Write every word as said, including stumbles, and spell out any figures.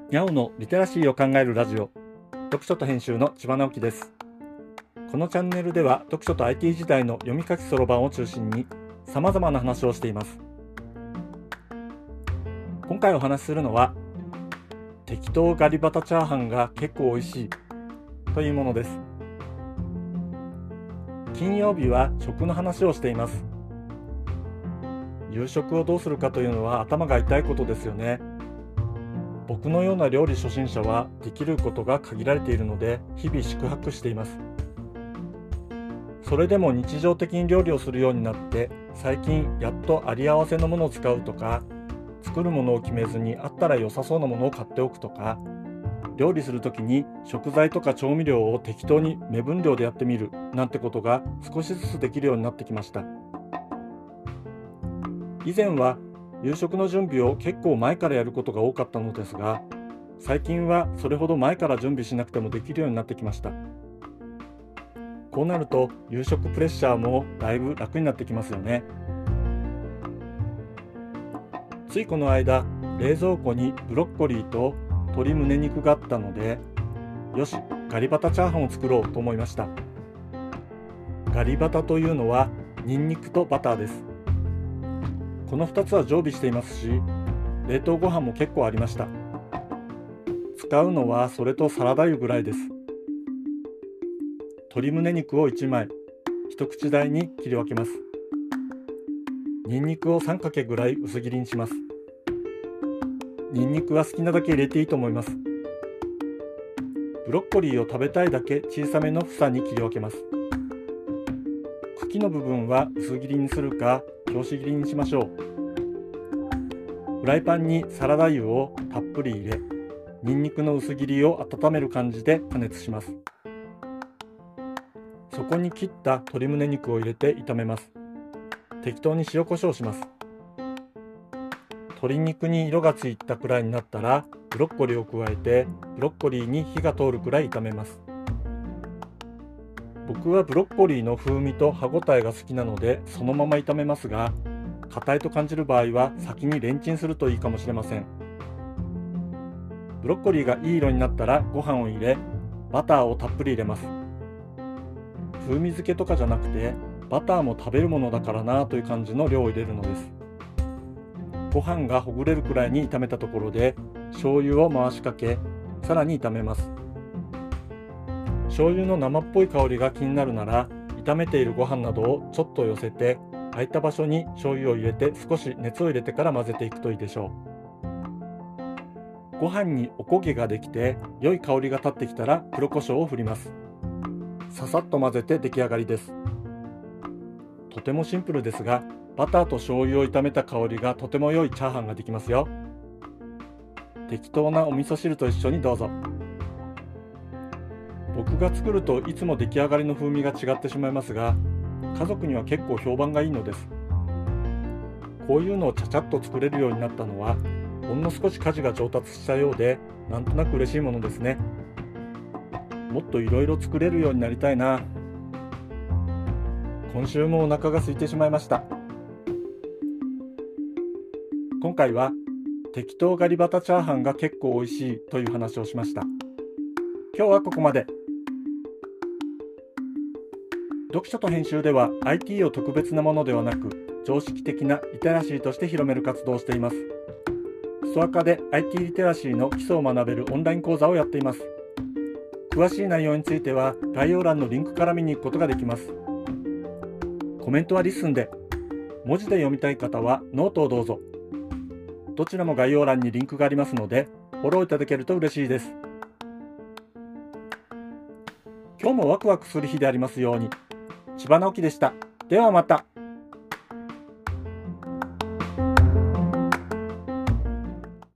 にゃおのリテラシーを考えるラジオ、読書と編集の千葉直樹です。このチャンネルでは読書と アイティー 時代の読み書きそろばんを中心に様々な話をしています。今回お話しするのは適当ガリバタチャーハンが結構美味しいというものです。金曜日は食の話をしています。夕食をどうするかというのは頭が痛いことですよね。僕のような料理初心者はできることが限られているので日々宿泊しています。それでも日常的に料理をするようになって最近やっとあり合わせのものを使うとか、作るものを決めずにあったら良さそうなものを買っておくとか、料理するときに食材とか調味料を適当に目分量でやってみるなんてことが少しずつできるようになってきました。以前は夕食の準備を結構前からやることが多かったのですが、最近はそれほど前から準備しなくてもできるようになってきました。こうなると夕食プレッシャーもだいぶ楽になってきますよね。ついこの間、冷蔵庫にブロッコリーと鶏胸肉があったので、よし、ガリバタチャーハンを作ろうと思いました。ガリバタというのはニンニクとバターです。このふたつは常備していますし、冷凍ご飯も結構ありました。使うのはそれとサラダ油ぐらいです。鶏胸肉をいちまい、一口大に切り分けます。ニンニクをさんかけぐらい薄切りにします。ニンニクは好きなだけ入れていいと思います。ブロッコリーを食べたいだけ小さめの房に切り分けます。茎の部分は薄切りにするか拍子切りにしましょう。フライパンにサラダ油をたっぷり入れ、ニンニクの薄切りを温める感じで加熱します。そこに切った鶏胸肉を入れて炒めます。適当に塩コショウします。鶏肉に色がついたくらいになったらブロッコリーを加えて、ブロッコリーに火が通るくらい炒めます。僕はブロッコリーの風味と歯ごたえが好きなのでそのまま炒めますが、硬いと感じる場合は先にレンチンするといいかもしれません。ブロッコリーがいい色になったらご飯を入れ、バターをたっぷり入れます。風味付けとかじゃなくてバターも食べるものだからなという感じの量を入れるのです。ご飯がほぐれるくらいに炒めたところで醤油を回しかけ、さらに炒めます。醤油の生っぽい香りが気になるなら、炒めているご飯などをちょっと寄せて空いた場所に醤油を入れて少し熱を入れてから混ぜていくといいでしょう。ご飯におこげができて良い香りが立ってきたら黒胡椒を振ります。ささっと混ぜて出来上がりです。とてもシンプルですが、バターと醤油を炒めた香りがとても良いチャーハンができますよ。適当なお味噌汁と一緒にどうぞ。僕が作るといつも出来上がりの風味が違ってしまいますが、家族には結構評判がいいのです。こういうのをちゃちゃっと作れるようになったのはほんの少し家事が上達したようで、なんとなく嬉しいものですね。もっといろいろ作れるようになりたいな。今週もお腹が空いてしまいました。今回は適当ガリバタチャーハンが結構美味しいという話をしました。今日はここまで。読書と編集では アイティー を特別なものではなく常識的なリテラシーとして広める活動をしています。ストアカで アイティー リテラシーの基礎を学べるオンライン講座をやっています。詳しい内容については概要欄のリンクから見に行くことができます。コメントはリスンで、文字で読みたい方はノートをどうぞ。どちらも概要欄にリンクがありますのでフォローいただけると嬉しいです。今日もワクワクする日でありますように。千葉直樹でした。ではまた。